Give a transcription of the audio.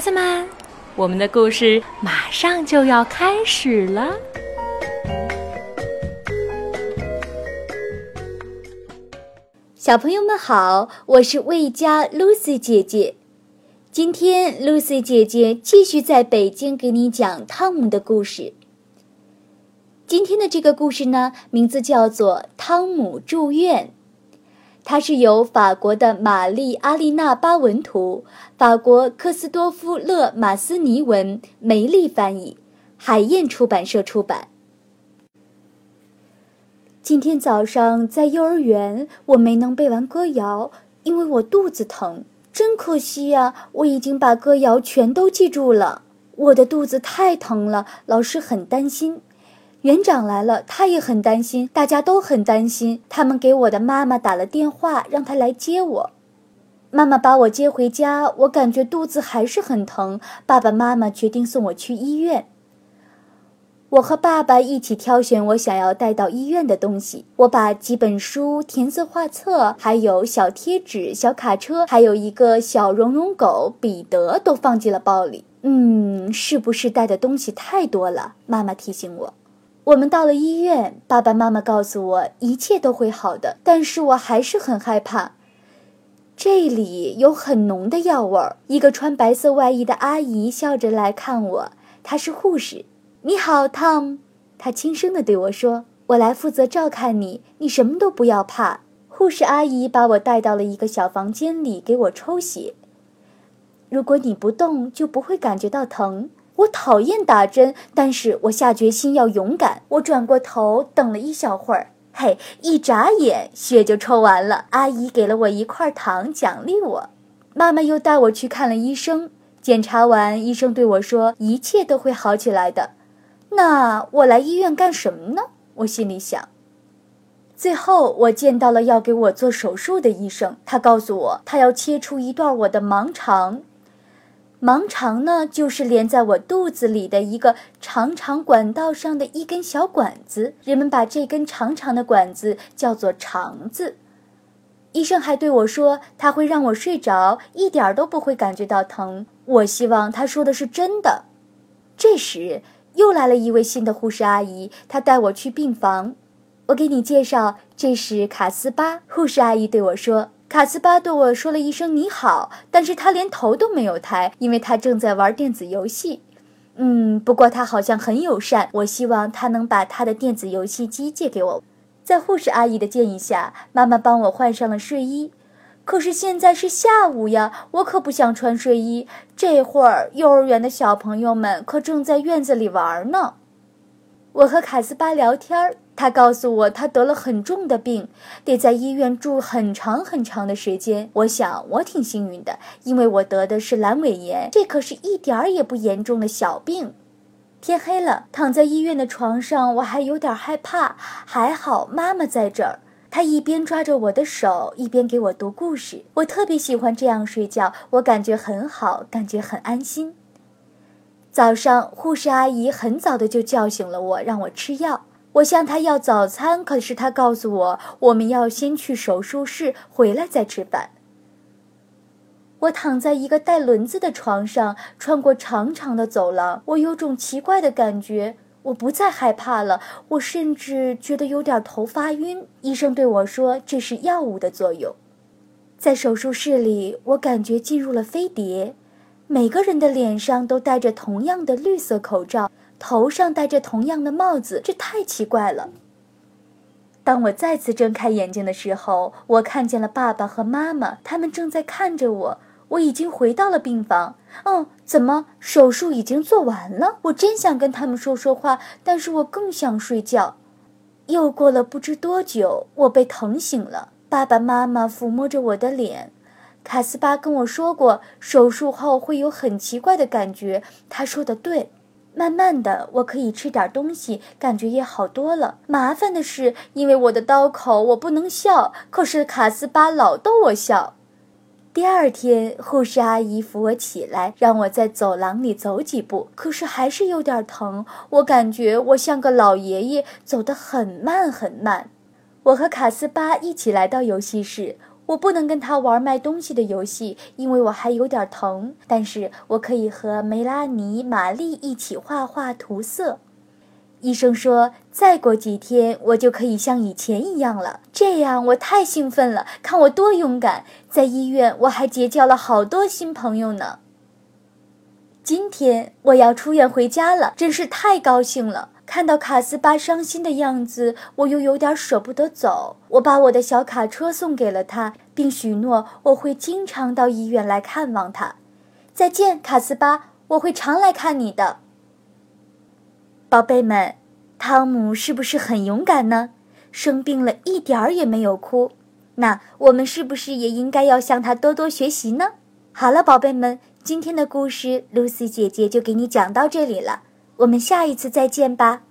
子们，我们的故事马上就要开始了。 小朋友们好，我是魏佳 Lucy 姐姐。今天 Lucy 姐姐继续在北京给你讲汤姆的故事。今天的这个故事呢，名字叫做《汤姆住院》。它是由法国的玛丽·阿丽娜·巴文图，法国科斯多夫·勒马斯尼文，梅丽翻译，海燕出版社出版。今天早上在幼儿园，我没能背完歌谣，因为我肚子疼。真可惜呀，我已经把歌谣全都记住了。我的肚子太疼了，老师很担心。园长来了，他也很担心，大家都很担心。他们给我的妈妈打了电话，让她来接我。妈妈把我接回家，我感觉肚子还是很疼。爸爸妈妈决定送我去医院。我和爸爸一起挑选我想要带到医院的东西。我把几本书、填色画册，还有小贴纸、小卡车，还有一个小绒绒狗彼得都放进了包里。是不是带的东西太多了？妈妈提醒我。我们到了医院，爸爸妈妈告诉我一切都会好的，但是我还是很害怕。这里有很浓的药味儿。一个穿白色外衣的阿姨笑着来看我，她是护士。你好，汤，她轻声地对我说，我来负责照看你，你什么都不要怕。护士阿姨把我带到了一个小房间里，给我抽血。如果你不动，就不会感觉到疼。我讨厌打针，但是我下决心要勇敢。我转过头，等了一小会儿，一眨眼，血就抽完了。阿姨给了我一块糖，奖励我。妈妈又带我去看了医生，检查完，医生对我说，一切都会好起来的。那我来医院干什么呢？我心里想。最后，我见到了要给我做手术的医生，他告诉我，他要切除一段我的盲肠。盲肠呢，就是连在我肚子里的一个长长管道上的一根小管子，人们把这根长长的管子叫做肠子。医生还对我说，他会让我睡着，一点都不会感觉到疼。我希望他说的是真的。这时，又来了一位新的护士阿姨，她带我去病房。我给你介绍，这是卡斯巴。护士阿姨对我说，卡斯巴对我说了一声你好，但是他连头都没有抬，因为他正在玩电子游戏。不过他好像很友善，我希望他能把他的电子游戏机借给我。在护士阿姨的建议下，妈妈帮我换上了睡衣。可是现在是下午呀，我可不想穿睡衣。这会儿幼儿园的小朋友们可正在院子里玩呢。我和卡斯巴聊天，他告诉我他得了很重的病，得在医院住很长很长的时间。我想我挺幸运的，因为我得的是阑尾炎，这可是一点儿也不严重的小病。天黑了，躺在医院的床上，我还有点害怕，还好妈妈在这儿。她一边抓着我的手，一边给我读故事。我特别喜欢这样睡觉，我感觉很好，感觉很安心。早上，护士阿姨很早的就叫醒了我，让我吃药。我向她要早餐，可是她告诉我，我们要先去手术室，回来再吃饭。我躺在一个带轮子的床上，穿过长长的走廊，我有种奇怪的感觉。我不再害怕了，我甚至觉得有点头发晕。医生对我说，这是药物的作用。在手术室里，我感觉进入了飞碟。每个人的脸上都戴着同样的绿色口罩，头上戴着同样的帽子，这太奇怪了。当我再次睁开眼睛的时候，我看见了爸爸和妈妈，他们正在看着我。我已经回到了病房。怎么手术已经做完了？我真想跟他们说说话，但是我更想睡觉。又过了不知多久，我被疼醒了。爸爸妈妈抚摸着我的脸。卡斯巴跟我说过，手术后会有很奇怪的感觉，他说的对。慢慢的，我可以吃点东西，感觉也好多了。麻烦的是，因为我的刀口，我不能笑，可是卡斯巴老逗我笑。第二天，护士阿姨扶我起来，让我在走廊里走几步，可是还是有点疼。我感觉我像个老爷爷，走得很慢很慢。我和卡斯巴一起来到游戏室， 我不能跟他玩卖东西的游戏，因为我还有点疼，但是我可以和梅拉尼、玛丽一起画画涂色。医生说，再过几天我就可以像以前一样了，这样我太兴奋了，看我多勇敢，在医院我还结交了好多新朋友呢。今天我要出院回家了，真是太高兴了。看到卡斯巴伤心的样子，我又有点舍不得走。我把我的小卡车送给了他，并许诺我会经常到医院来看望他。再见，卡斯巴，我会常来看你的。宝贝们，汤姆是不是很勇敢呢？生病了一点儿也没有哭。那我们是不是也应该要向他多多学习呢？好了，宝贝们，今天的故事，Lucy 姐姐就给你讲到这里了。我们下一次再见吧。